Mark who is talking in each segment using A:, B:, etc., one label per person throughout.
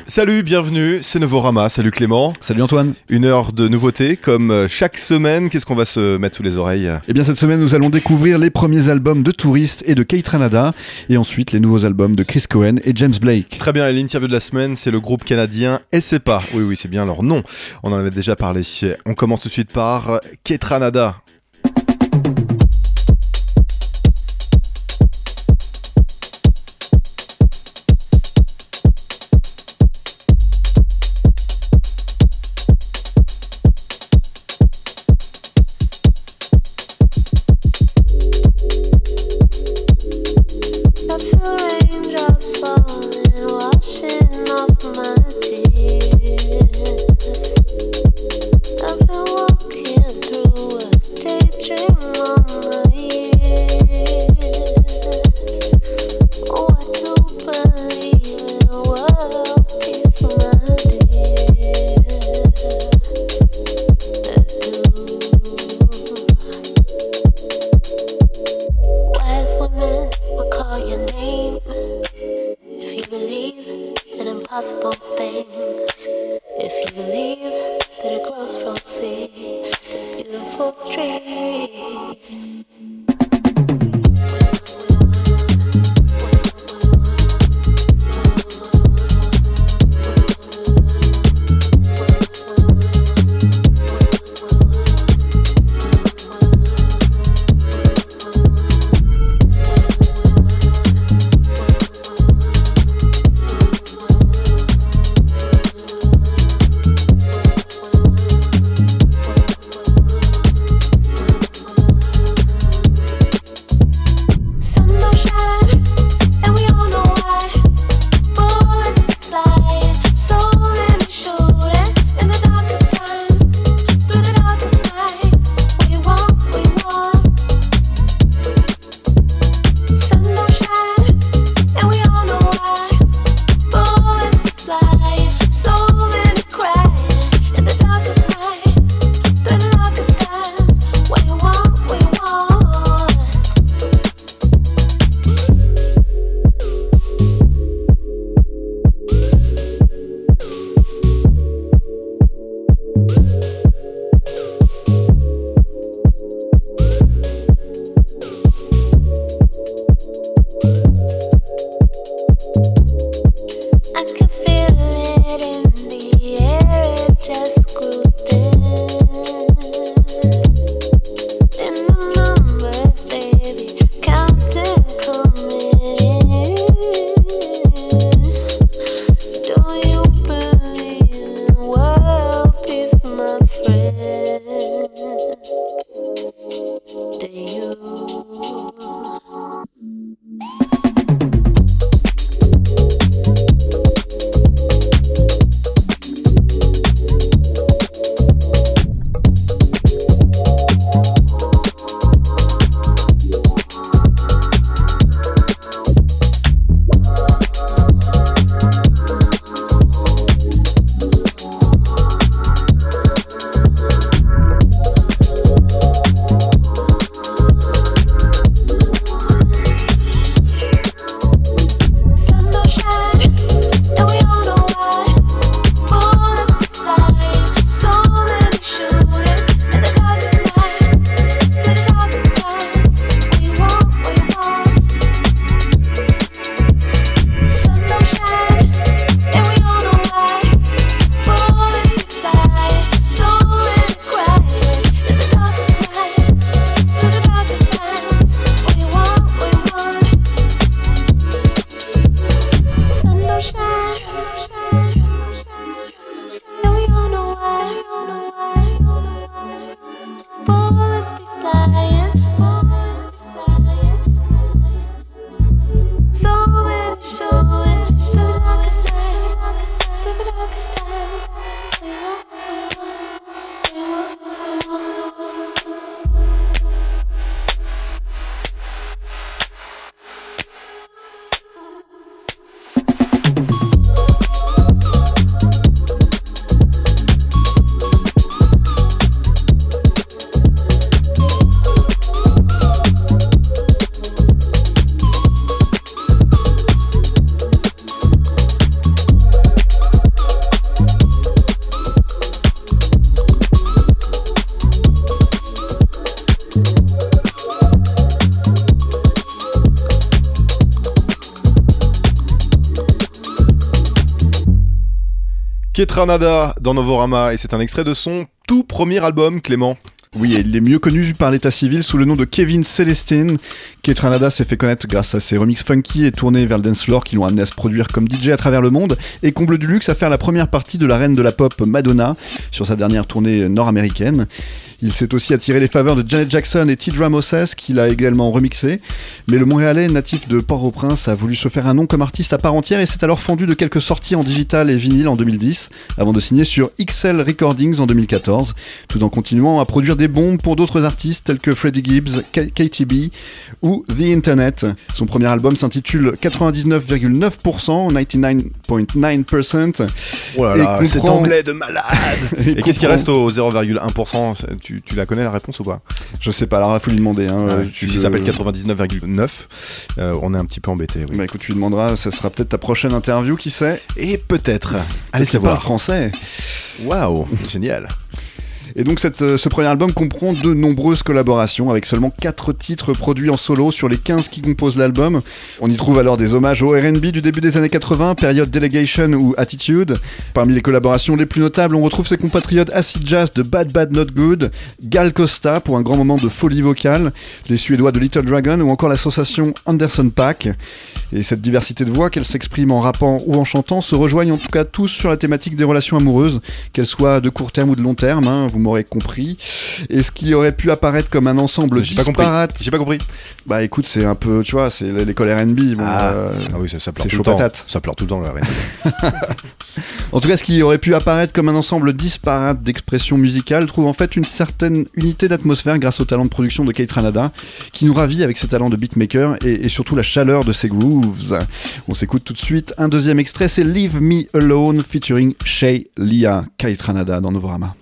A: Salut, bienvenue, c'est Novorama, salut Clément.
B: Salut Antoine.
A: Une heure de nouveautés, comme chaque semaine, qu'est-ce qu'on va se mettre sous les oreilles ?
B: Eh bien cette semaine nous allons découvrir les premiers albums de Tourist et de Kaytranada, et ensuite les nouveaux albums de Chris Cohen et James Blake.
A: Très bien, et l'interview de la semaine, c'est le groupe canadien SCPA. Oui, c'est bien leur nom, on en avait déjà parlé. On commence tout de suite par Kaytranada. Kaytranada dans Novorama et c'est un extrait de son tout premier album, Clément.
B: Oui, et il est mieux connu par l'état civil sous le nom de Kevin Celestine. Kaytranada s'est fait connaître grâce à ses remixes funky et tournés vers le dance floor qui l'ont amené à se produire comme DJ à travers le monde et comble du luxe à faire la première partie de la reine de la pop Madonna sur sa dernière tournée nord-américaine. Il s'est aussi attiré les faveurs de Janet Jackson et Tidra Moses qu'il a également remixé. Mais le Montréalais natif de Port-au-Prince a voulu se faire un nom comme artiste à part entière et s'est alors fendu de quelques sorties en digital et vinyle en 2010 avant de signer sur XL Recordings en 2014 tout en continuant à produire des bombes pour d'autres artistes tels que Freddie Gibbs, KTB ou The Internet. Son premier album s'intitule 99,9%, 99.9%.
A: Oh là là, cet anglais de malade. Et qu'est-ce qui reste au 0,1%? Tu la connais la réponse ou pas?
B: Je sais pas, alors il faut lui demander.
A: Si ça s'appelle 99,9, on est un petit peu embêté. Oui.
B: Bah écoute, tu lui demanderas, ça sera peut-être ta prochaine interview, qui sait?
A: Et peut-être. Allez
B: savoir.
A: savoir.
B: Français.
A: Waouh, génial.
B: Et donc ce premier album comprend de nombreuses collaborations avec seulement 4 titres produits en solo sur les 15 qui composent l'album. On y trouve alors des hommages au R&B du début des années 80, période Delegation ou Attitude. Parmi les collaborations les plus notables, on retrouve ses compatriotes acid jazz de Bad Bad Not Good, Gal Costa pour un grand moment de folie vocale, les Suédois de Little Dragon ou encore l'association Anderson .Paak. Et cette diversité de voix, qu'elle s'exprime en rappant ou en chantant, se rejoignent en tout cas tous sur la thématique des relations amoureuses, qu'elles soient de court terme ou de long terme, vous m'aurez compris. Et ce qui aurait pu apparaître comme un ensemble disparate...
A: J'ai pas compris.
B: Bah écoute, c'est un peu, tu vois, c'est l'école R&B.
A: Oui, ça pleure
B: c'est
A: tout
B: chaud
A: le temps.
B: patate.
A: Ça pleure tout le temps, le R&B.
B: En tout cas, ce qui aurait pu apparaître comme un ensemble disparate d'expressions musicales trouve en fait une certaine unité d'atmosphère grâce au talent de production de Kaytranada, qui nous ravit avec ses talents de beatmaker et surtout la chaleur de ses grooves. On s'écoute tout de suite un deuxième extrait, c'est Leave Me Alone featuring Shay Lia, Kaytranada dans Novorama.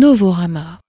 C: Novorama.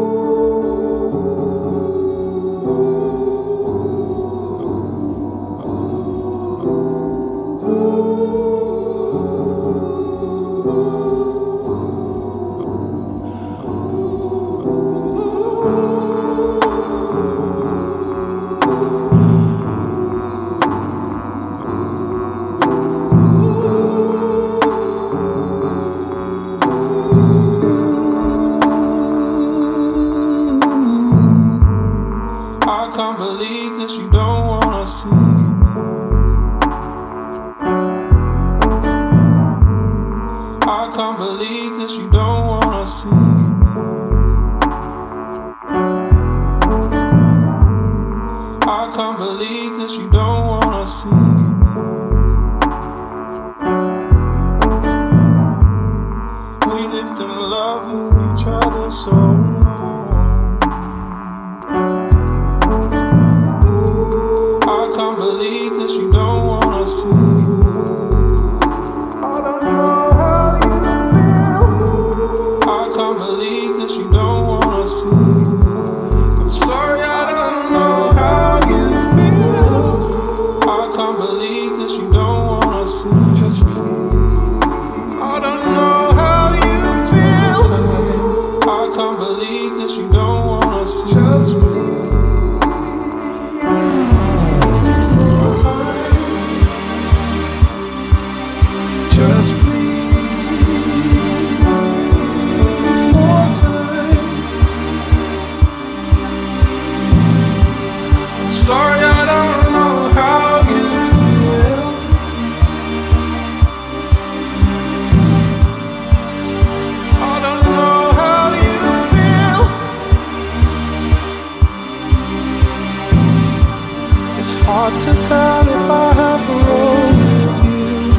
D: Hard to tell if I have a role with you.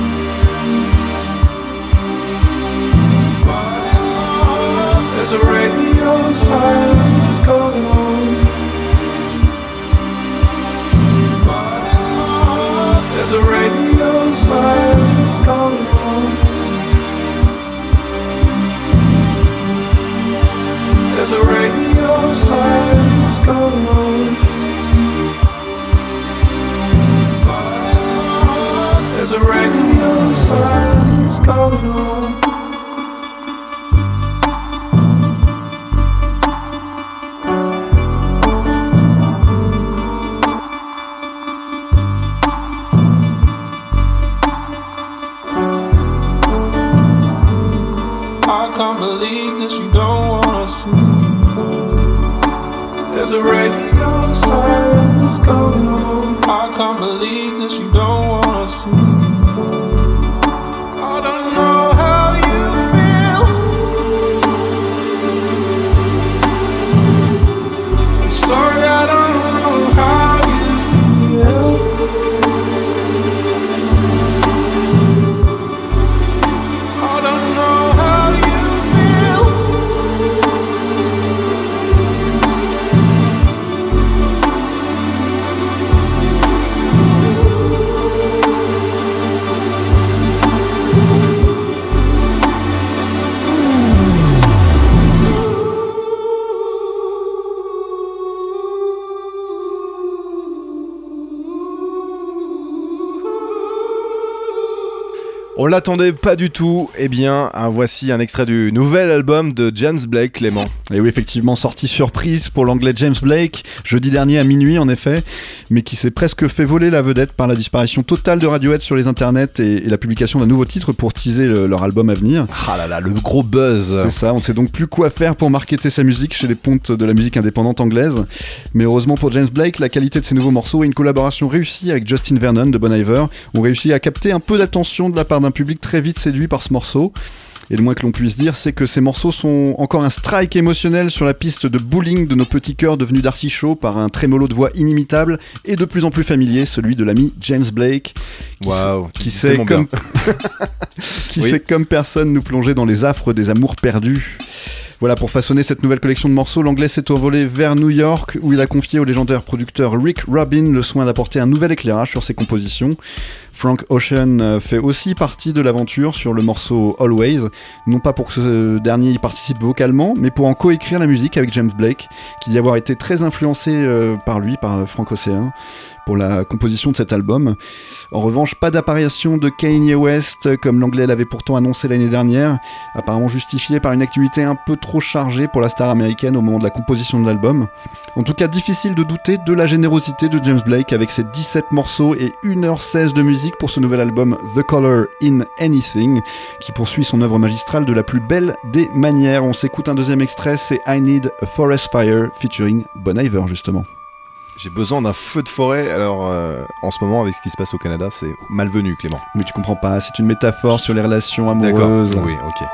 D: But in my heart, there's a radio silence going on. But in my heart, there's a radio silence going on. There's a radio silence going on. There's a radio silence going on. I can't believe that you don't wanna see. There's a radio silence going on. I can't believe that you don't wanna see. I don't know how you feel. I'm sorry, I don't know how you feel. I don't know how you feel.
A: On l'attendait pas du tout, eh bien, voici un extrait du nouvel album de James Blake, Clément.
B: Et oui, effectivement, sortie surprise pour l'anglais James Blake, jeudi dernier à minuit en effet, mais qui s'est presque fait voler la vedette par la disparition totale de Radiohead sur les internets et la publication d'un nouveau titre pour teaser leur album à venir.
A: Ah là là, le gros buzz.
B: C'est ça, on ne sait donc plus quoi faire pour marketer sa musique chez les pontes de la musique indépendante anglaise. Mais heureusement pour James Blake, la qualité de ses nouveaux morceaux et une collaboration réussie avec Justin Vernon de Bon Iver ont réussi à capter un peu d'attention de la part d'un public très vite séduit par ce morceau. Et le moins que l'on puisse dire, c'est que ces morceaux sont encore un strike émotionnel sur la piste de bowling de nos petits cœurs devenus d'artichauts par un trémolo de voix inimitable et de plus en plus familier, celui de l'ami James Blake, qui sait comme personne nous plonger dans les affres des amours perdus. Voilà, pour façonner cette nouvelle collection de morceaux, l'anglais s'est envolé vers New York, où il a confié au légendaire producteur Rick Rubin le soin d'apporter un nouvel éclairage sur ses compositions. Frank Ocean fait aussi partie de l'aventure sur le morceau Always, non pas pour que ce dernier y participe vocalement, mais pour en coécrire la musique avec James Blake, qui dit avoir été très influencé par lui, par Frank Ocean, pour la composition de cet album. En revanche, pas d'apparition de Kanye West, comme l'anglais l'avait pourtant annoncé l'année dernière, apparemment justifié par une activité un peu trop chargée pour la star américaine au moment de la composition de l'album. En tout cas, difficile de douter de la générosité de James Blake avec ses 17 morceaux et 1h16 de musique pour ce nouvel album The Color in Anything, qui poursuit son œuvre magistrale de la plus belle des manières. On s'écoute un deuxième extrait, c'est I Need a Forest Fire featuring Bon Iver justement.
A: J'ai besoin d'un feu de forêt, alors en ce moment avec ce qui se passe au Canada, c'est malvenu Clément.
B: Mais tu comprends pas, c'est une métaphore sur les relations
A: D'accord,
B: amoureuses.
A: oui, ok.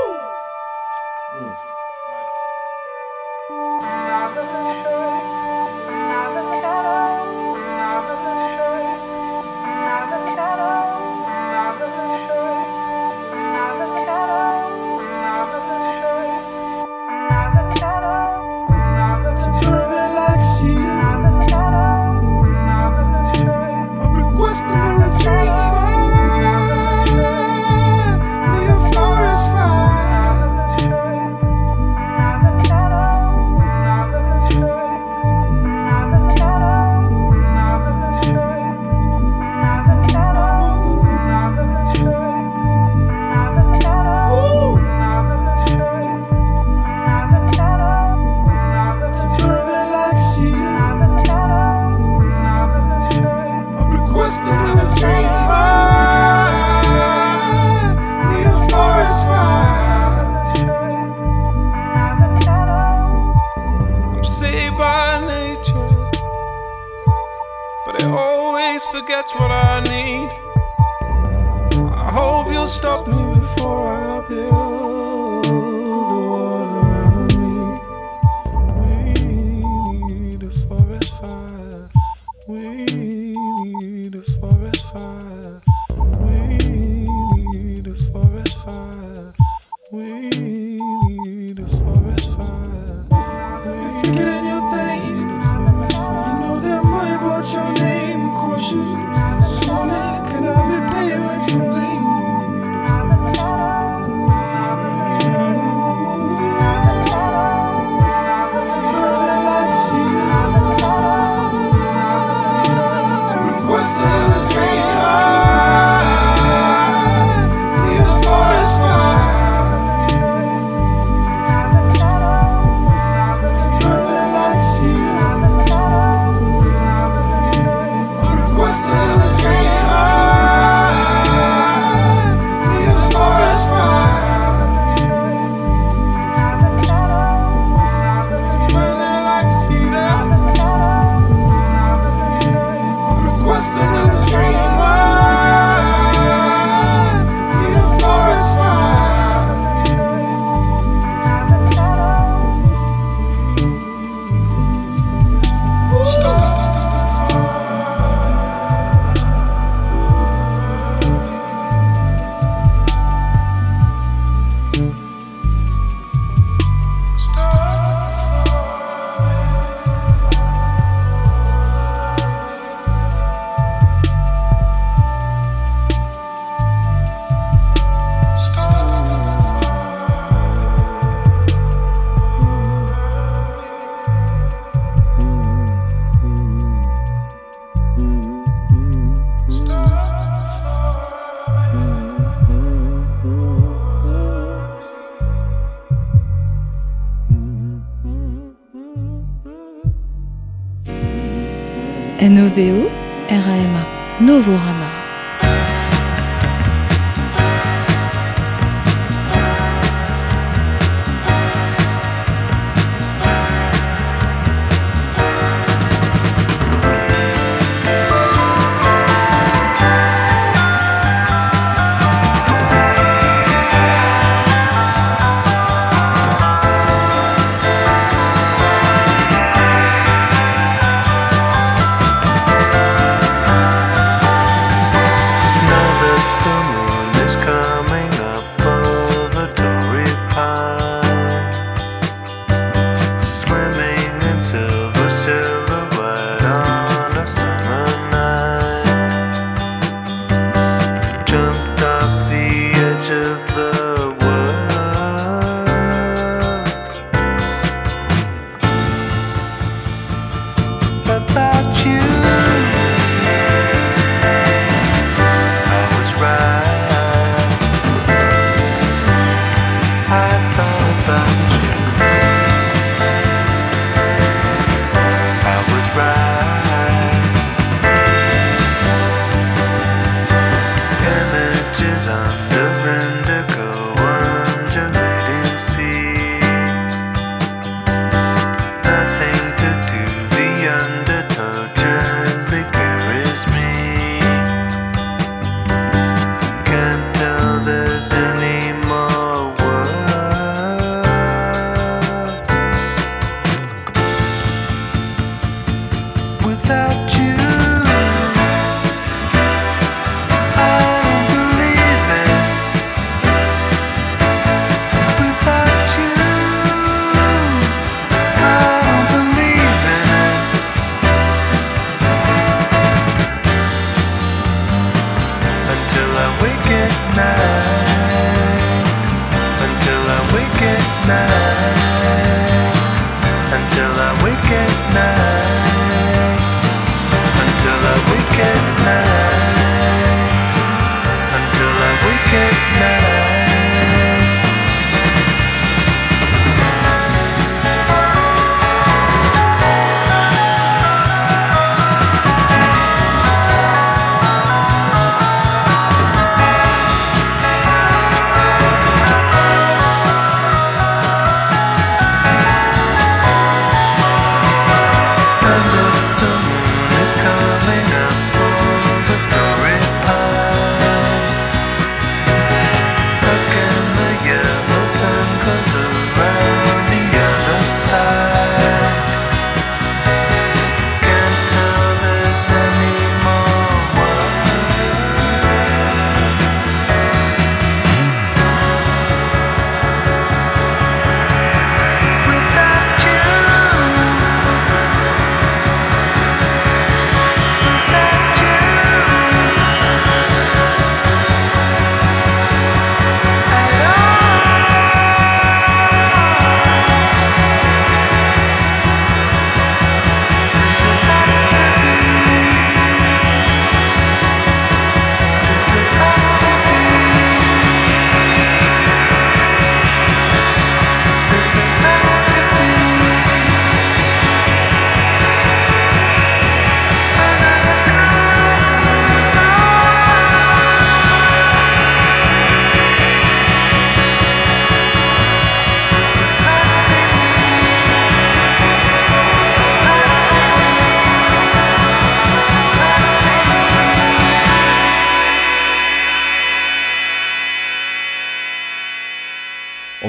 C: NOVO, RAMA, Novorama.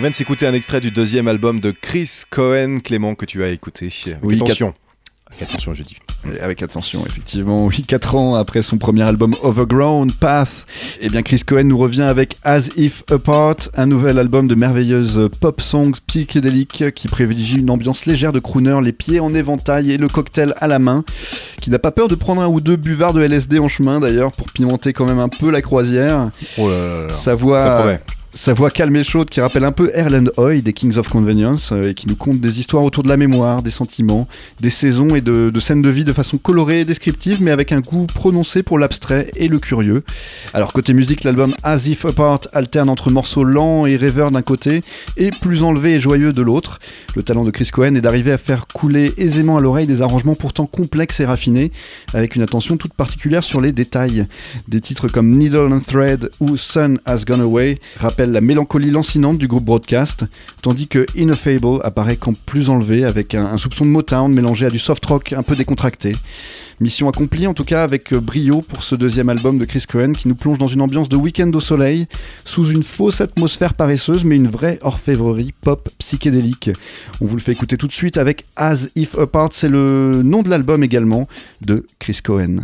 A: vient de s'écouter un extrait du deuxième album de Chris Cohen, Clément, que tu as écouté. Avec
B: Oui,
A: attention. Avec attention, je dis.
B: Avec attention, effectivement, oui, 4 ans après son premier album Overgrown Path, eh bien Chris Cohen nous revient avec As If Apart, un nouvel album de merveilleuses pop songs psychédéliques qui privilégie une ambiance légère de crooner, les pieds en éventail et le cocktail à la main, qui n'a pas peur de prendre un ou deux buvards de LSD en chemin d'ailleurs pour pimenter quand même un peu la croisière.
A: Oh là là là.
B: Sa voix...
A: Ça promet.
B: Sa voix calme et chaude qui rappelle un peu Erland Hoy des Kings of Convenience et qui nous conte des histoires autour de la mémoire, des sentiments, des saisons et de scènes de vie de façon colorée et descriptive mais avec un goût prononcé pour l'abstrait et le curieux. Alors côté musique, l'album As If Apart alterne entre morceaux lents et rêveurs d'un côté et plus enlevés et joyeux de l'autre. Le talent de Chris Cohen est d'arriver à faire couler aisément à l'oreille des arrangements pourtant complexes et raffinés avec une attention toute particulière sur les détails. Des titres comme Needle and Thread ou Sun Has Gone Away rappellent la mélancolie lancinante du groupe Broadcast, tandis que Ineffable apparaît comme plus enlevé avec un soupçon de Motown mélangé à du soft rock un peu décontracté. Mission accomplie en tout cas avec brio pour ce deuxième album de Chris Cohen qui nous plonge dans une ambiance de week-end au soleil, sous une fausse atmosphère paresseuse mais une vraie orfèvrerie pop psychédélique. On vous le fait écouter tout de suite avec As If Apart, c'est le nom de l'album également de Chris Cohen.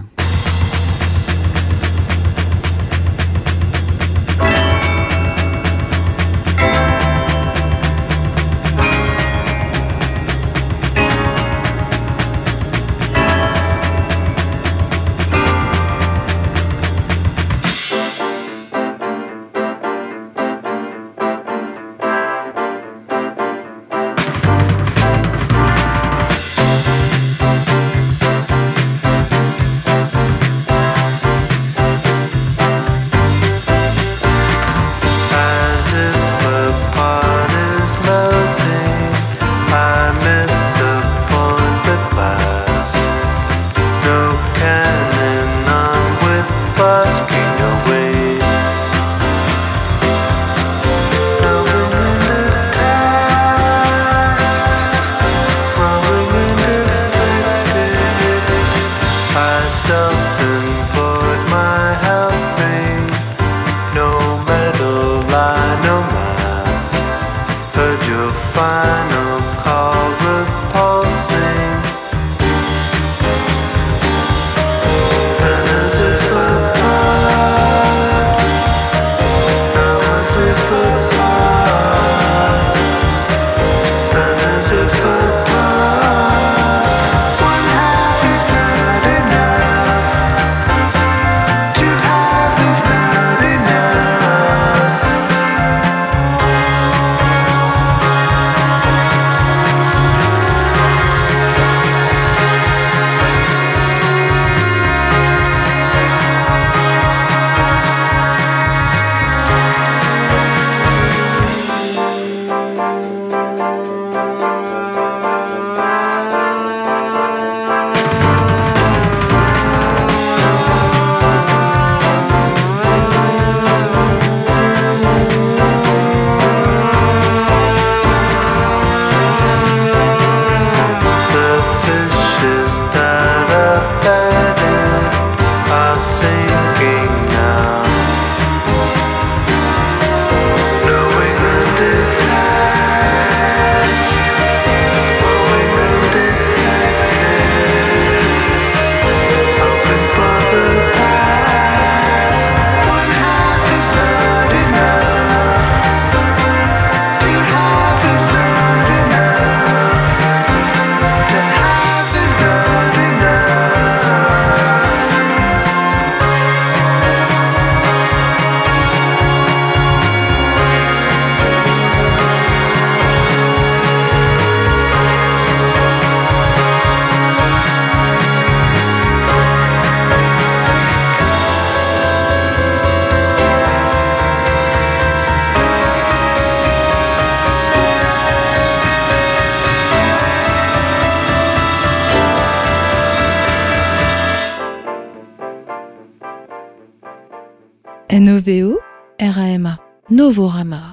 C: NOVO, RAMA, Novorama.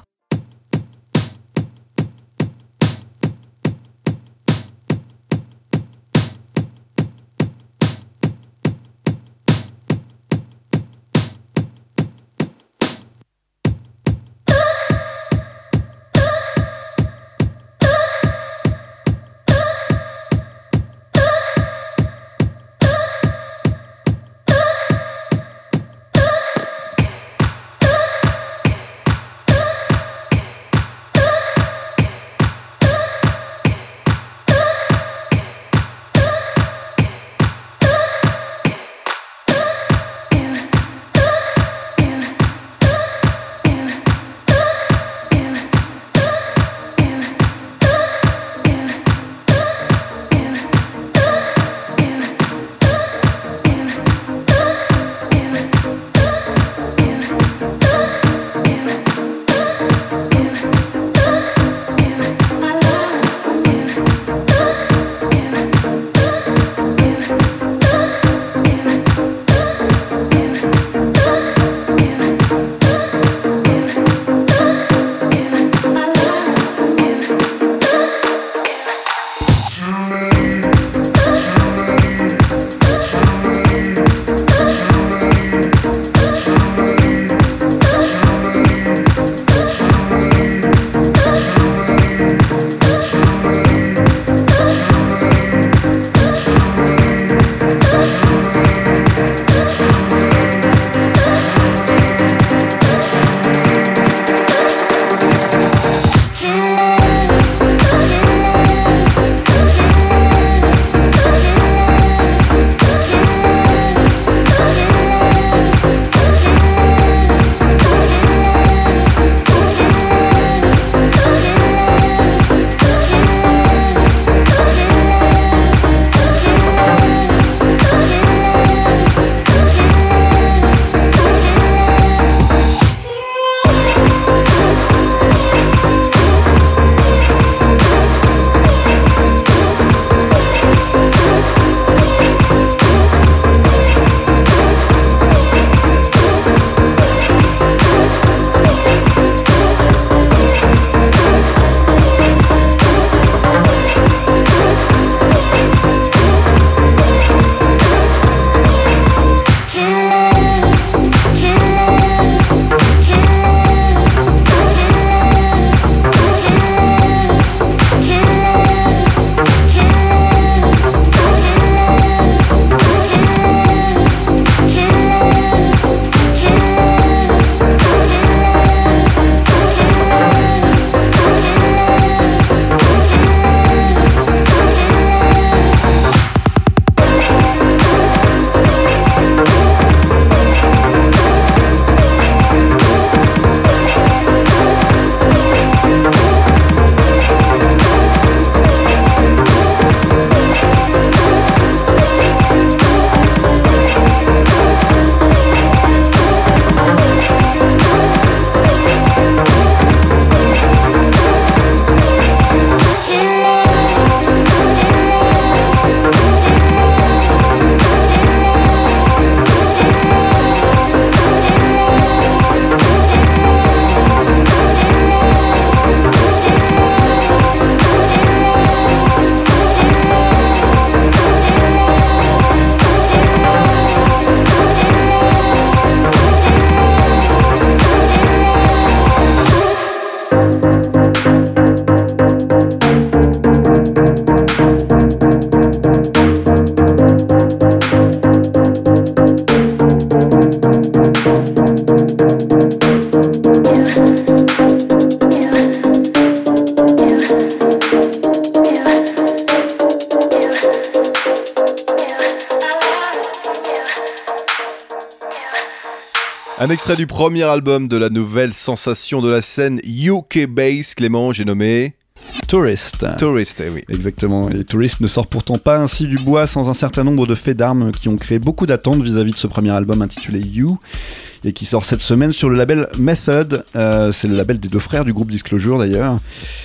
A: Un extrait du premier album de la nouvelle sensation de la scène UK Bass, Clément, j'ai nommé
B: Tourist.
A: Tourist, eh oui.
B: Exactement, et Tourist ne sort pourtant pas ainsi du bois sans un certain nombre de faits d'armes qui ont créé beaucoup d'attentes vis-à-vis de ce premier album intitulé You, et qui sort cette semaine sur le label Method, c'est le label des deux frères du groupe Disclosure d'ailleurs.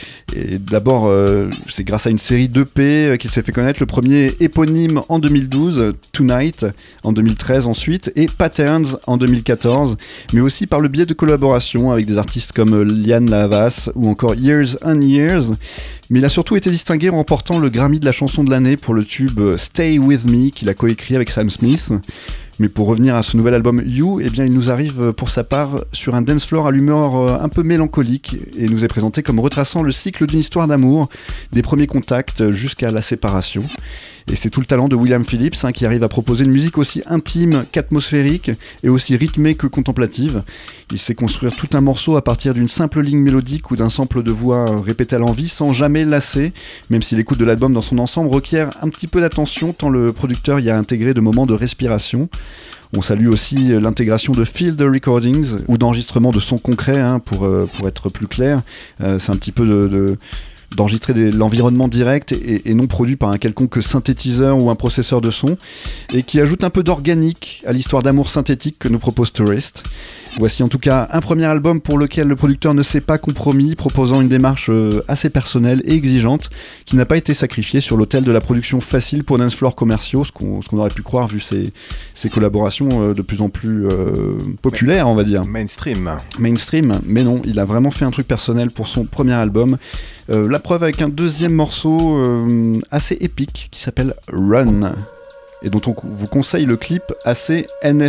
B: Et d'abord, c'est grâce à une série d'EP qu'il s'est fait connaître. Le premier éponyme en 2012, Tonight en 2013 ensuite, et Patterns en 2014, mais aussi par le biais de collaborations avec des artistes comme Liane Lavas ou encore Years and Years. Mais il a surtout été distingué en remportant le Grammy de la chanson de l'année pour le tube Stay With Me qu'il a coécrit avec Sam Smith. Mais pour revenir à ce nouvel album You, eh bien, il nous arrive pour sa part sur un dance floor à l'humeur un peu mélancolique et nous est présenté comme retraçant le cycle d'une histoire d'amour, des premiers contacts jusqu'à la séparation. Et c'est tout le talent de William Phillips qui arrive à proposer une musique aussi intime qu'atmosphérique et aussi rythmée que contemplative. Il sait construire tout un morceau à partir d'une simple ligne mélodique ou d'un sample de voix répété à l'envi sans jamais lasser, même si l'écoute de l'album dans son ensemble requiert un petit peu d'attention tant le producteur y a intégré de moments de respiration. On salue aussi l'intégration de field recordings ou d'enregistrements de sons concrets pour être plus clair. C'est un petit peu d'enregistrer l'environnement direct et non produit par un quelconque synthétiseur ou un processeur de son, et qui ajoute un peu d'organique à l'histoire d'amour synthétique que nous propose Tourist. Voici en tout cas un premier album pour lequel le producteur ne s'est pas compromis, proposant une démarche assez personnelle et exigeante, qui n'a pas été sacrifiée sur l'autel de la production facile pour dance floor commerciaux, ce qu'on aurait pu croire vu ces collaborations de plus en plus populaires, on va dire.
A: Mainstream,
B: mais non, il a vraiment fait un truc personnel pour son premier album. La preuve avec un deuxième morceau assez épique qui s'appelle Run, et dont on vous conseille le clip assez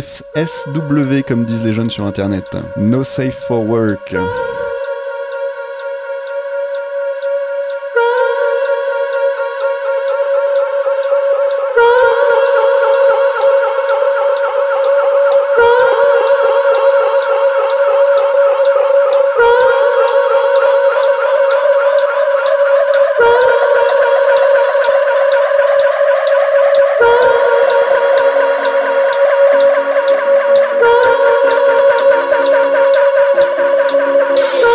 B: NFSW comme disent les jeunes sur internet. No Safe for Work.
E: Run.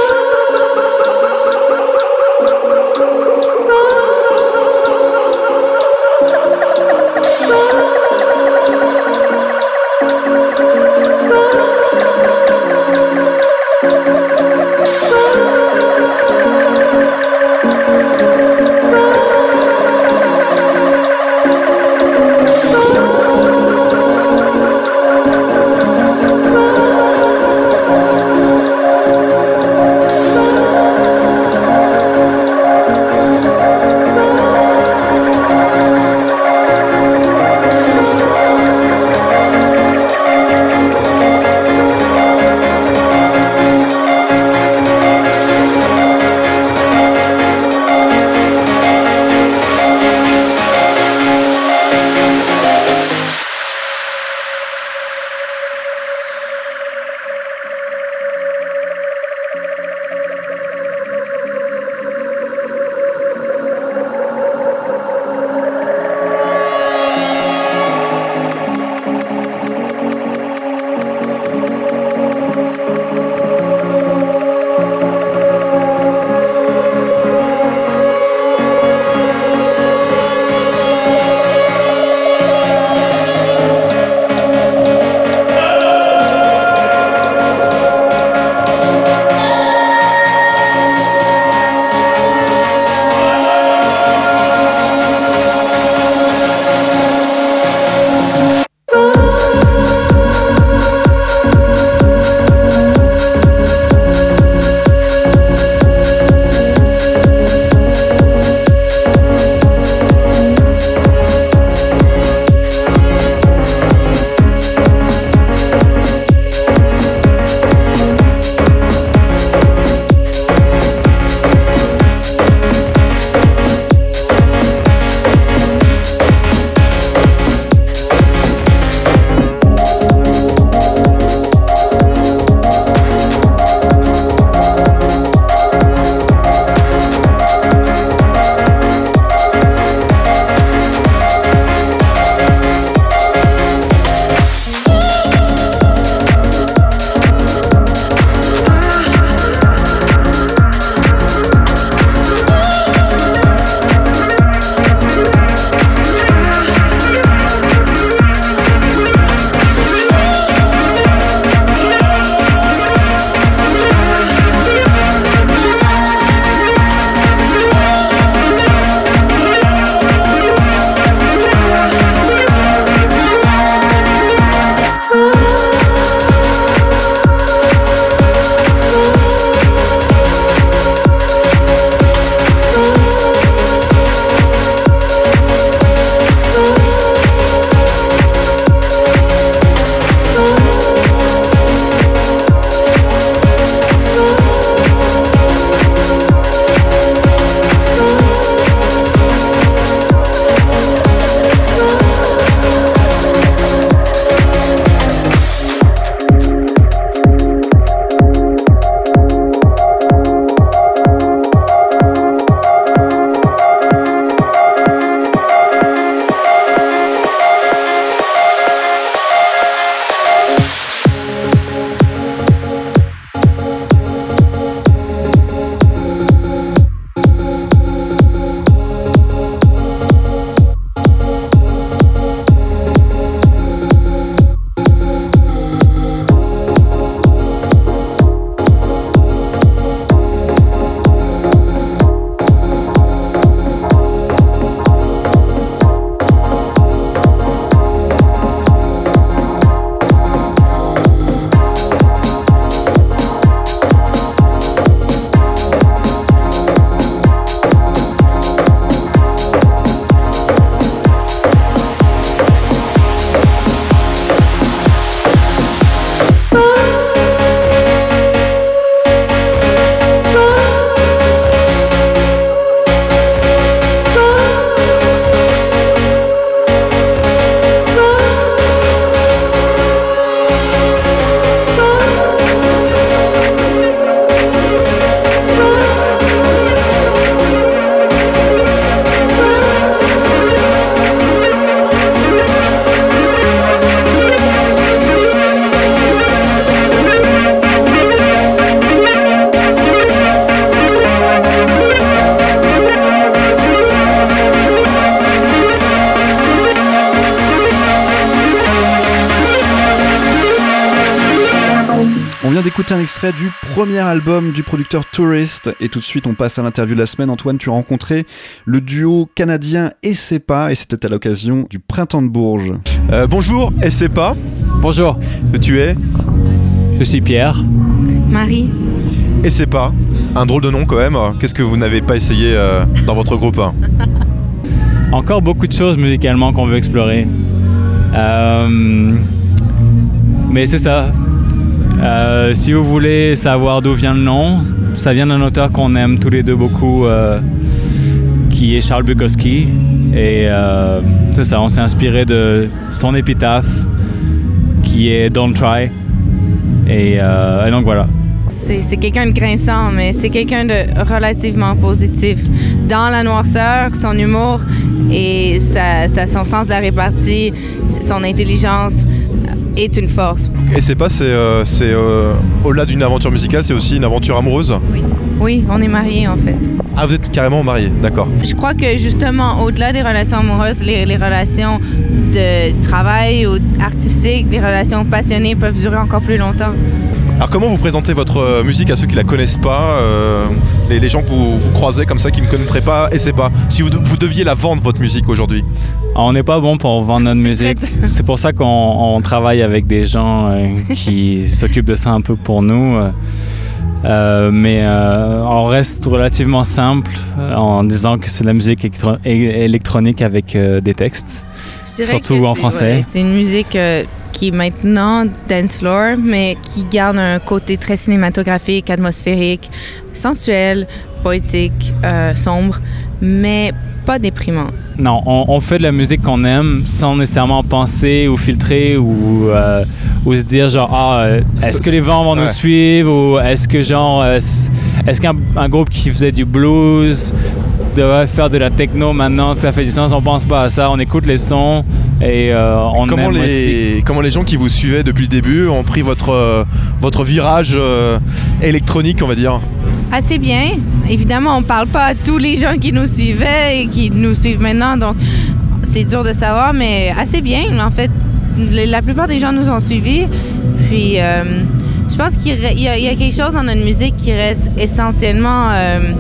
B: vient d'écouter un extrait du premier album du producteur Tourist et tout de suite on passe à l'interview de la semaine. Antoine, tu as rencontré le duo canadien Essepa et c'était à l'occasion du Printemps de Bourges.
A: Bonjour, Essepa.
E: Bonjour,
A: Tu es
E: je suis Pierre.
C: Marie.
A: Essepa. Un drôle de nom quand même. Qu'est-ce que vous n'avez pas essayé dans votre groupe?
E: Encore beaucoup de choses musicalement qu'on veut explorer. Mais c'est ça. Si vous voulez savoir d'où vient le nom, ça vient d'un auteur qu'on aime tous les deux beaucoup, qui est Charles Bukowski. Et c'est ça, on s'est inspiré de son épitaphe, qui est Don't Try. Et donc voilà.
F: C'est quelqu'un de grinçant, mais c'est quelqu'un de relativement positif. Dans la noirceur, son humour et son sens de la répartie, son intelligence est une force.
A: Essepa, c'est au-delà d'une aventure musicale, c'est aussi une aventure amoureuse.
F: Oui, on est mariés en fait.
A: Ah, vous êtes carrément mariés, d'accord.
F: Je crois que justement, au-delà des relations amoureuses, les relations de travail ou artistiques, les relations passionnées peuvent durer encore plus longtemps.
A: Alors comment vous présentez votre musique à ceux qui la connaissent pas, les gens que vous croisez comme ça qui ne connaîtraient pas Essepa, si vous deviez la vendre votre musique aujourd'hui?
E: On n'est pas bon pour vendre notre musique. C'est pour ça qu'on travaille avec des gens qui s'occupent de ça un peu pour nous. Mais on reste relativement simple en disant que c'est de la musique électronique avec des textes, surtout en français.
F: C'est une musique qui est maintenant dance floor, mais qui garde un côté très cinématographique, atmosphérique, sensuel, poétique, sombre, mais pas déprimant.
E: Non, on fait de la musique qu'on aime sans nécessairement penser ou filtrer ou se dire genre est-ce que les vents vont nous suivre ou est-ce qu'un groupe qui faisait du blues devrait faire de la techno maintenant, ça fait du sens, on pense pas à ça, on écoute les sons et on aime aussi.
A: Comment les gens qui vous suivaient depuis le début ont pris votre virage électronique, on va dire?
F: Assez bien. Évidemment, on parle pas à tous les gens qui nous suivaient et qui nous suivent maintenant, donc c'est dur de savoir, mais assez bien. En fait, la plupart des gens nous ont suivis. Puis, je pense qu'il y a quelque chose dans notre musique qui reste essentiellement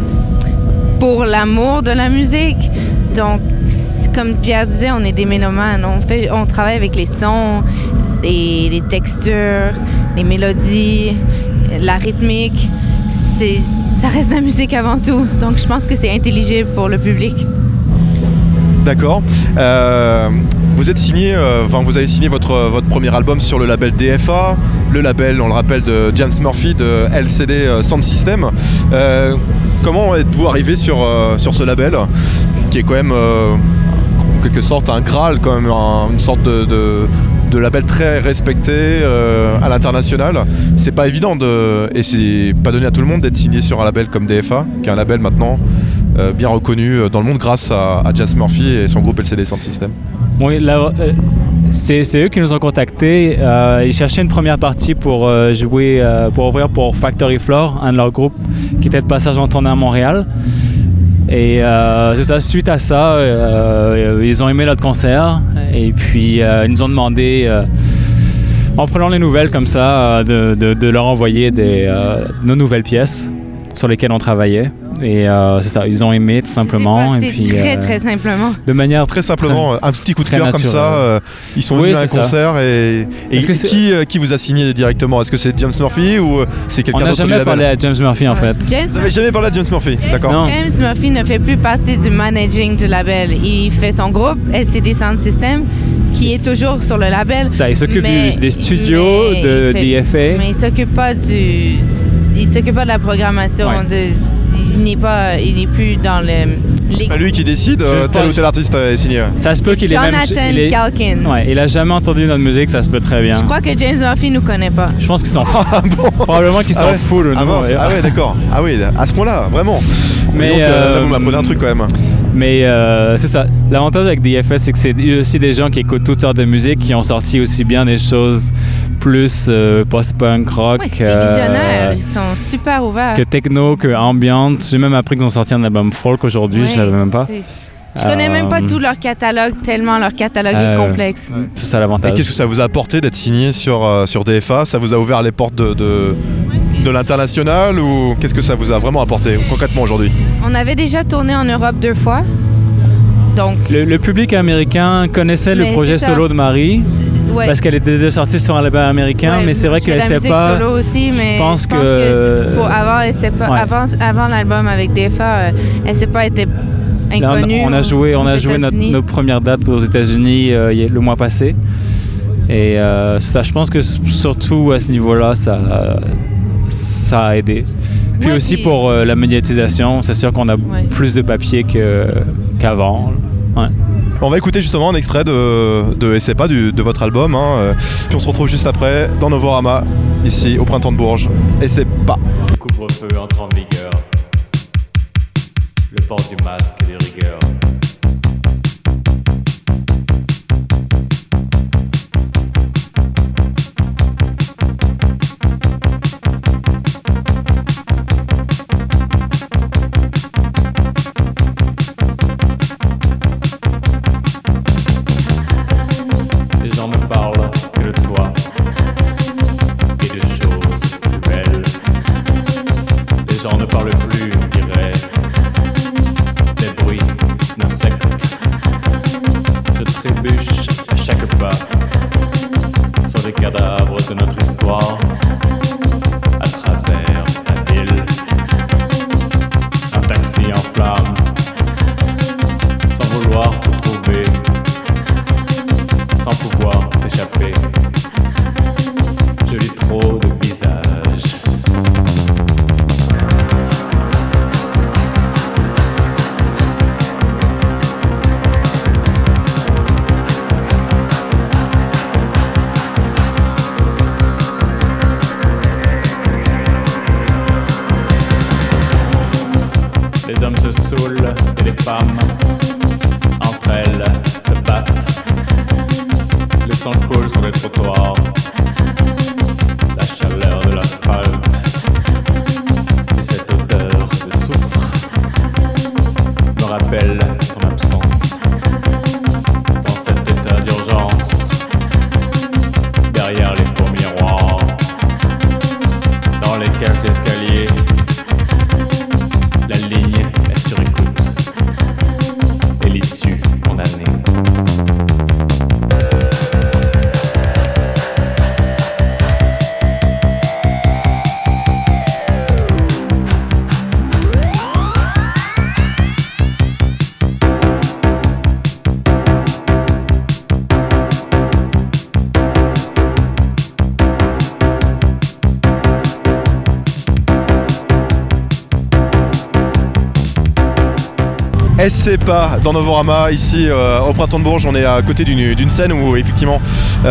F: pour l'amour de la musique. Donc, comme Pierre disait, on est des mélomanes. On travaille avec les sons, les textures, les mélodies, la rythmique. Ça reste de la musique avant tout. Donc, je pense que c'est intelligible pour le public.
A: D'accord. Vous êtes signé, vous avez signé votre premier album sur le label DFA, le label, on le rappelle, de James Murphy de LCD Sound System. Comment êtes-vous arrivé sur ce label, qui est quand même en quelque sorte un Graal, quand même une sorte de label très respecté à l'international? C'est pas évident et c'est pas donné à tout le monde d'être signé sur un label comme DFA, qui est un label maintenant bien reconnu dans le monde grâce à James Murphy et son groupe LCD Sound System. Oui,
E: c'est eux qui nous ont contactés. Ils cherchaient une première partie pour ouvrir pour Factory Floor, un de leurs groupes qui était de passage en tournée à Montréal. Et c'est ça, suite à ça, ils ont aimé notre concert et puis ils nous ont demandé, en prenant les nouvelles comme ça, de leur envoyer nos nouvelles pièces sur lesquelles on travaillait. Et c'est ça, ils ont aimé tout simplement.
F: C'est très simplement.
E: De manière
A: très simplement, un petit coup de cœur comme ça. Ils sont venus à un concert et qui vous a signé directement? Est-ce que c'est James Murphy ou c'est quelqu'un d'autre?
E: On n'a jamais parlé à James Murphy en fait.
A: Vous n'avez jamais parlé à James Murphy, d'accord?
F: Non. James Murphy ne fait plus partie du managing du label. Il fait son groupe LCD Sound System, qui est toujours sur le label.
E: Ça, il s'occupe des studios de DFA.
F: Mais il s'occupe pas de la programmation.
E: Ouais.
F: Il n'est plus dans le...
A: C'est pas lui qui décide, tel ou tel artiste est signé.
E: Ça se peut qu'il est même...
F: Jonathan Calkin.
E: Ouais, il a jamais entendu notre musique, ça se peut très bien.
F: Je crois que James Murphy nous connaît pas.
E: Je pense qu'ils s'en foutent. Probablement qu'ils s'en foutent de nous.
A: Ah ouais, d'accord. Ah oui, à ce point-là, vraiment. Mais là, vous m'apprenez un truc quand même.
E: Mais c'est ça. L'avantage avec DFS, c'est que c'est aussi des gens qui écoutent toutes sortes de musique, qui ont sorti aussi bien des choses plus post-punk, rock.
F: Ouais, c'est des visionnaires. Ils sont super ouverts.
E: Que techno, que ambiante. J'ai même appris qu'ils ont sorti un album folk aujourd'hui, je savais même pas.
F: Je connais même pas tout leur catalogue, tellement leur catalogue est complexe.
E: C'est ça l'avantage.
A: Et qu'est-ce que ça vous a apporté d'être signé sur DFA? Ça vous a ouvert les portes de l'international ou qu'est-ce que ça vous a vraiment apporté concrètement aujourd'hui?
F: On avait déjà tourné en Europe 2 fois. Donc,
E: Le public américain connaissait le
F: Mais
E: projet
F: c'est ça.
E: solo de Marie
F: ouais.
E: parce qu'elle était déjà sortie sur un label américain,
F: Ouais,
E: mais c'est vrai
F: je fais
E: qu'elle
F: de la
E: sait
F: musique
E: pas.
F: solo aussi, mais
E: je pense que
F: c'est pour avant, elle sait pas,
E: Ouais.
F: avant l'album avec DFA, elle s'est pas été
E: Là,
F: inconnue.
E: on a joué nos premières dates aux États-Unis le mois passé. Et ça, je pense que surtout à ce niveau-là, ça a aidé. Puis
F: Ouais,
E: aussi
F: puis-
E: pour la médiatisation, c'est sûr qu'on a
F: Ouais.
E: plus de papier qu'avant. Ouais.
A: On va écouter justement un extrait de Et c'est pas de votre album, hein, puis on se retrouve juste après dans Novorama, ici au Printemps de Bourges. Et c'est pas.
G: Le couvre-feu entre en vigueur. Le port du masque et des rigueurs. Les gens ne parlent que de toi et de choses cruelles. Les gens ne parlent plus, on dirait, des bruits d'insectes. Je trébuche à chaque pas sur les cadavres de notre histoire, à travers la ville. Un taxi en flammes, sans vouloir te trouver, sans pouvoir t'échapper. Je lis trop de visages. Les hommes se saoulent et les femmes, entre elles, se battent. Le sang coule sur les trottoirs, la chaleur de l'asphalte et cette odeur de soufre me rappelle ton absence. Dans cet état d'urgence, derrière les faux miroirs, dans les cages d'escalier, la ligne est sur écoute et l'issue condamnée.
A: Et c'est pas dans Novorama, ici au Printemps de Bourges. On est à côté d'une scène où effectivement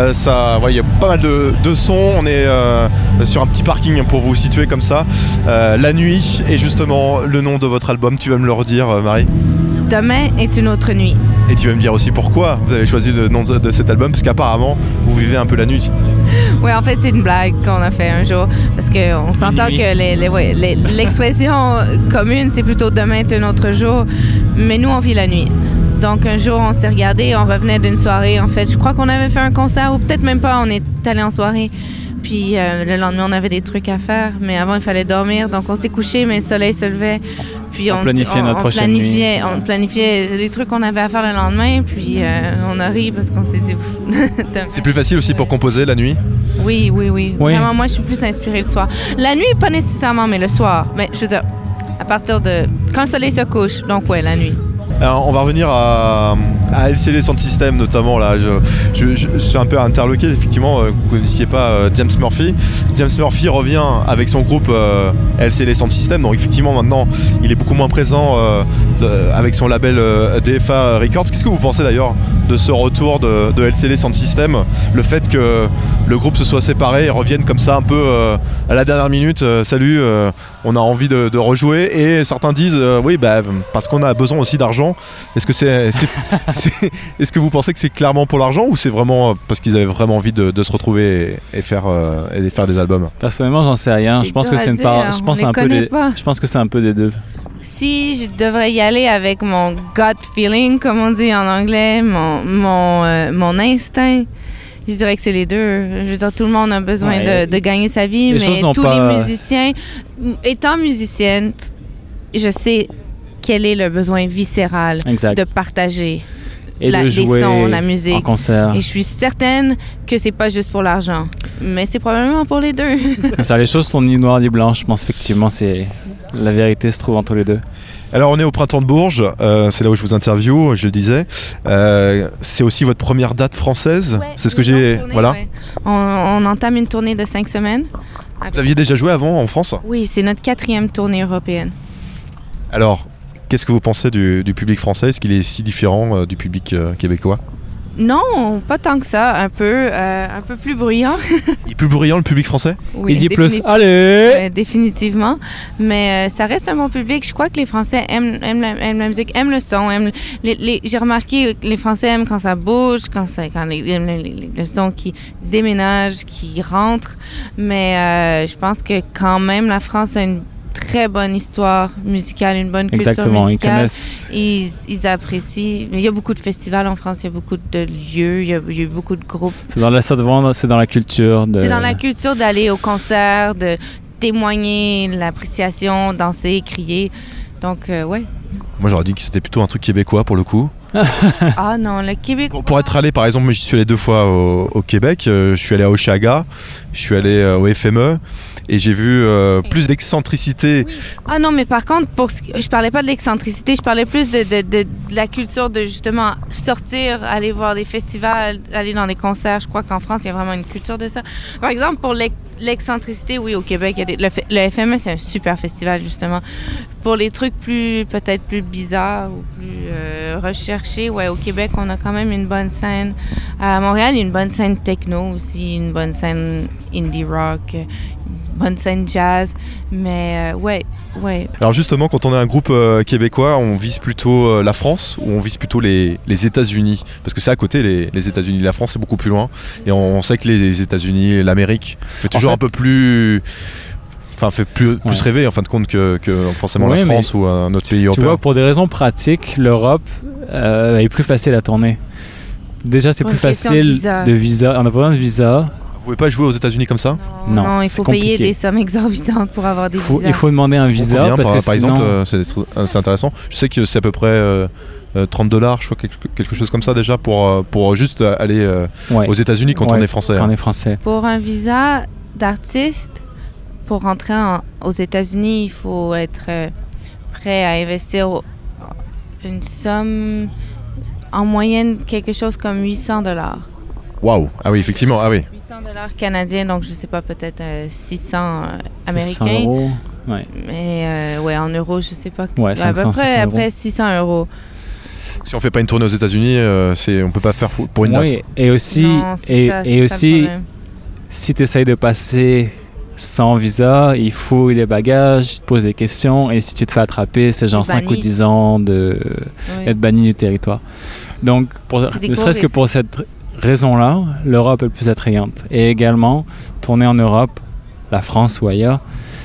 A: il y a pas mal de sons. On est sur un petit parking pour vous situer comme ça. La nuit est justement le nom de votre album. Tu vas me le redire, Marie?
F: Demain est une autre nuit.
A: Et tu vas me dire aussi pourquoi vous avez choisi le nom de cet album, parce qu'apparemment vous vivez un peu la nuit.
F: Oui, en fait, c'est une blague qu'on a fait un jour. Parce qu'on s'entend
E: nuit.
F: que l'expression commune, c'est plutôt demain est un autre jour. Mais nous, on vit la nuit. Donc, un jour, on s'est regardé, on revenait d'une soirée. En fait, je crois qu'on avait fait un concert, ou peut-être même pas, on est allé en soirée. Puis le lendemain, on avait des trucs à faire. Mais avant, il fallait dormir. Donc, on s'est couché, mais le soleil se levait. Puis
E: On planifiait notre prochaine nuit.
F: On planifiait les trucs qu'on avait à faire le lendemain. Puis on a ri parce qu'on s'est dit...
A: C'est plus facile aussi pour composer la nuit?
F: Oui.
E: Oui.
F: Vraiment, moi, je suis plus inspirée le soir. La nuit, pas nécessairement, mais le soir. Mais je veux dire, à partir de... Quand le soleil se couche, donc ouais, la nuit.
A: Alors, on va revenir à LCD Sound System notamment. Là, je suis un peu interloqué. Effectivement, vous ne connaissiez pas James Murphy. James Murphy revient avec son groupe LCD Sound System. Donc effectivement, maintenant, il est beaucoup moins présent avec son label DFA Records. Qu'est-ce que vous pensez d'ailleurs de ce retour de LCD Sound System? Le fait que le groupe se soit séparé et revienne comme ça un peu à la dernière minute. Salut, on a envie de rejouer. Et certains disent oui, parce qu'on a besoin aussi d'argent. Est-ce que est-ce que vous pensez que c'est clairement pour l'argent ou c'est vraiment parce qu'ils avaient vraiment envie de se retrouver et faire des albums?
E: Personnellement, j'en sais rien.
F: C'est
E: Je pense
F: dur
E: que c'est
F: à
E: une part.
F: dire,
E: Je pense
F: on les
E: un peu
F: connaît
E: des.
F: pas.
E: Je pense que c'est un peu des deux.
F: si je devrais y aller avec mon gut feeling, comme on dit en anglais, mon instinct, je dirais que c'est les deux. Je veux dire, tout le monde a besoin de gagner sa vie, mais tous les musiciens, étant musicienne, je sais quel est le besoin viscéral de partager
E: et de jouer
F: les sons, la musique.
E: En concert.
F: Et je suis certaine que c'est pas juste pour l'argent, mais c'est probablement pour les deux.
E: Ça, les choses sont ni noires ni blanches. Je pense effectivement la vérité se trouve entre les deux.
A: Alors on est au Printemps de Bourges, c'est là où je vous interviewe, je le disais. C'est aussi votre première date française, c'est ce que j'ai... Voilà.
F: Ouais. On entame une tournée de 5 semaines.
A: Vous aviez déjà joué avant en France ?
F: Oui, c'est notre 4e tournée européenne.
A: Alors, qu'est-ce que vous pensez du public français ? Est-ce qu'il est si différent du public québécois ?
F: Non, pas tant que ça, un peu plus bruyant.
A: Il est plus bruyant le public français ?
F: Oui,
E: il dit plus, allez!
F: Définitivement, mais ça reste un bon public. Je crois que les Français aiment la musique, aiment le son, j'ai remarqué que les Français aiment quand ça bouge, quand le son qui déménage, qui rentre, mais je pense que quand même la France a une très bonne histoire musicale, une bonne culture musicale. Ils apprécient. Il y a beaucoup de festivals en France, il y a beaucoup de lieux, il y a beaucoup de groupes.
E: C'est dans la culture.
F: C'est dans la culture d'aller au concert, de témoigner l'appréciation, danser, crier. Donc, ouais.
A: Moi, j'aurais dit que c'était plutôt un truc québécois pour le coup.
F: Ah non, le Québec.
A: Pour être allé, par exemple, j'y suis allé 2 fois au Québec. Je suis allé à Oshaga, je suis allé au FME. Et j'ai vu plus d'excentricité.
F: Oui. Ah non, mais par contre, je parlais pas de l'excentricité, je parlais plus de la culture de justement sortir, aller voir des festivals, aller dans des concerts. Je crois qu'en France, il y a vraiment une culture de ça. Par exemple, pour l'excentricité, oui, au Québec, le FME, c'est un super festival, justement. Pour les trucs peut-être plus bizarres ou plus recherchés, ouais, au Québec, on a quand même une bonne scène. À Montréal, il y a une bonne scène techno aussi, une bonne scène indie rock, bonne scène jazz, mais ouais.
A: Alors justement, quand on est un groupe québécois, on vise plutôt la France ou on vise plutôt les États-Unis ? Parce que c'est à côté, les États-Unis. La France, c'est beaucoup plus loin. Et on sait que les États-Unis, l'Amérique, fait toujours un peu plus... Enfin, fait plus rêver en fin de compte que forcément la France ou un autre pays européen.
E: Tu vois, pour des raisons pratiques, l'Europe est plus facile à tourner. Déjà, c'est plus facile de visa. On n'a pas besoin de visa.
A: Vous pouvez pas jouer aux États-Unis comme ça ?
F: Non, il faut payer des sommes exorbitantes pour avoir des visas.
E: Il faut demander un visa.
A: Combien,
E: parce que
A: par
E: sinon...
A: exemple, c'est intéressant. Je sais que c'est à peu près $30, je crois, quelque chose comme ça déjà, pour juste aller aux États-Unis quand on est français.
E: Quand on est français.
F: Pour un visa d'artiste, pour rentrer aux États-Unis, il faut être prêt à investir une somme, en moyenne, quelque chose comme $800.
A: Waouh! Ah oui, effectivement, ah oui.
F: $800 canadiens, donc je sais pas, peut-être 600 américains.
E: 600 euros, ouais.
F: Mais ouais, en euros, je sais pas.
E: Ouais, 500,
F: à peu près 600 euros.
A: Si on fait pas une tournée aux États-Unis, on peut pas faire pour une date.
E: Oui, et aussi,
F: non, aussi
E: si tu essayes de passer sans visa, il fouille les bagages, il te pose des questions, et si tu te fais attraper, c'est genre 5 ou 10 ans d'être banni du territoire. Donc, ne serait-ce que pour cette raison-là, l'Europe est le plus attrayante. Et également, tourner en Europe, la France ou ailleurs,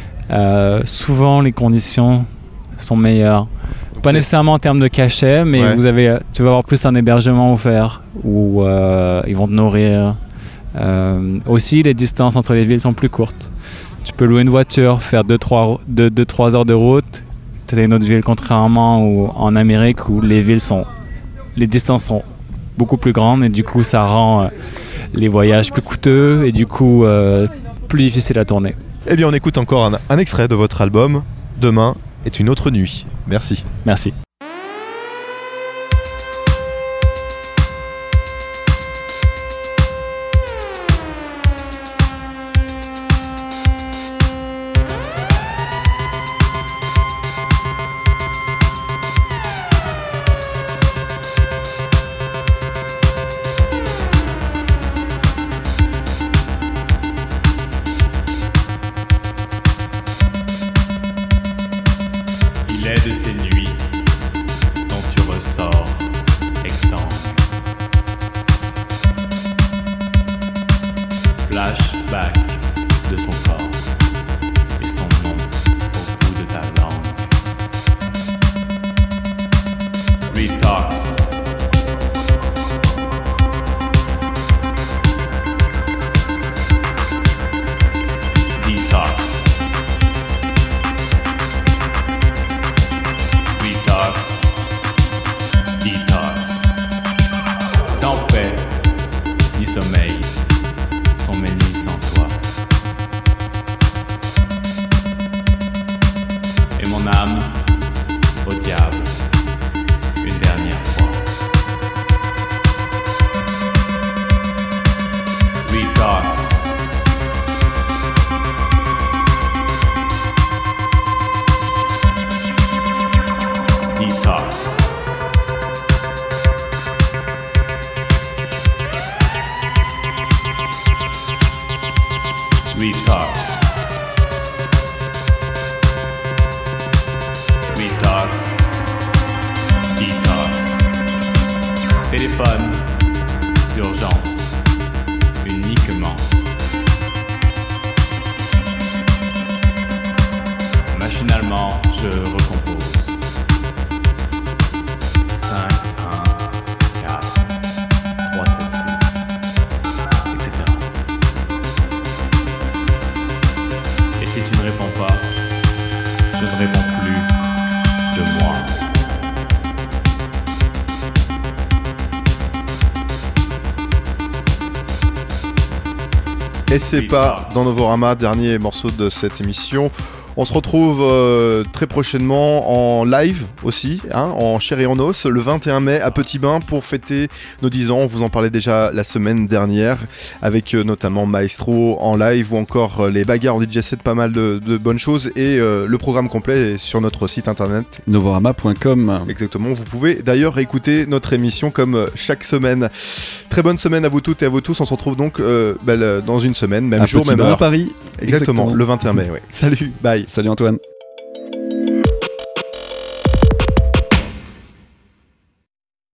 E: souvent les conditions sont meilleures. Donc pas nécessairement en termes de cachet, mais tu vas avoir plus un hébergement offert où ils vont te nourrir. Aussi, les distances entre les villes sont plus courtes. Tu peux louer une voiture, faire 2-3 heures de route. Tu as une autre ville, contrairement en Amérique où les distances sont beaucoup plus grandes et du coup ça rend les voyages plus coûteux et du coup plus difficile à tourner.
A: Eh bien on écoute encore un extrait de votre album Demain est une autre nuit. Merci.
E: Merci.
G: De ces nuits sans paix, ni sommeil, sont mes nuits sans toi. Et mon âme au diable, une dernière fois. Detox. Detox. Detox. Detox. Detox. Téléphone d'urgence. Uniquement. Machinalement, je recompose. 5, 1, 4, 3, 7, 6, etc. Et si tu ne réponds pas, je ne réponds plus de moi.
A: Et c'est pas dans Novorama, dernier morceau de cette émission. On se retrouve très prochainement en live aussi, en chair et en os, le 21 mai à Petit Bain pour fêter nos 10 ans. On vous en parlait déjà la semaine dernière avec notamment Maestro en live ou encore les bagarres en DJ set, pas mal de bonnes choses. Et le programme complet est sur notre site internet
B: novorama.com.
A: Exactement, vous pouvez d'ailleurs écouter notre émission comme chaque semaine. Très bonne semaine à vous toutes et à vous tous. On se retrouve donc dans une semaine, même
B: à
A: jour,
B: Petit
A: même
B: Bain
A: heure.
B: à Paris.
A: Exactement, le 21 mai. Ouais. Salut, bye.
B: Salut Antoine.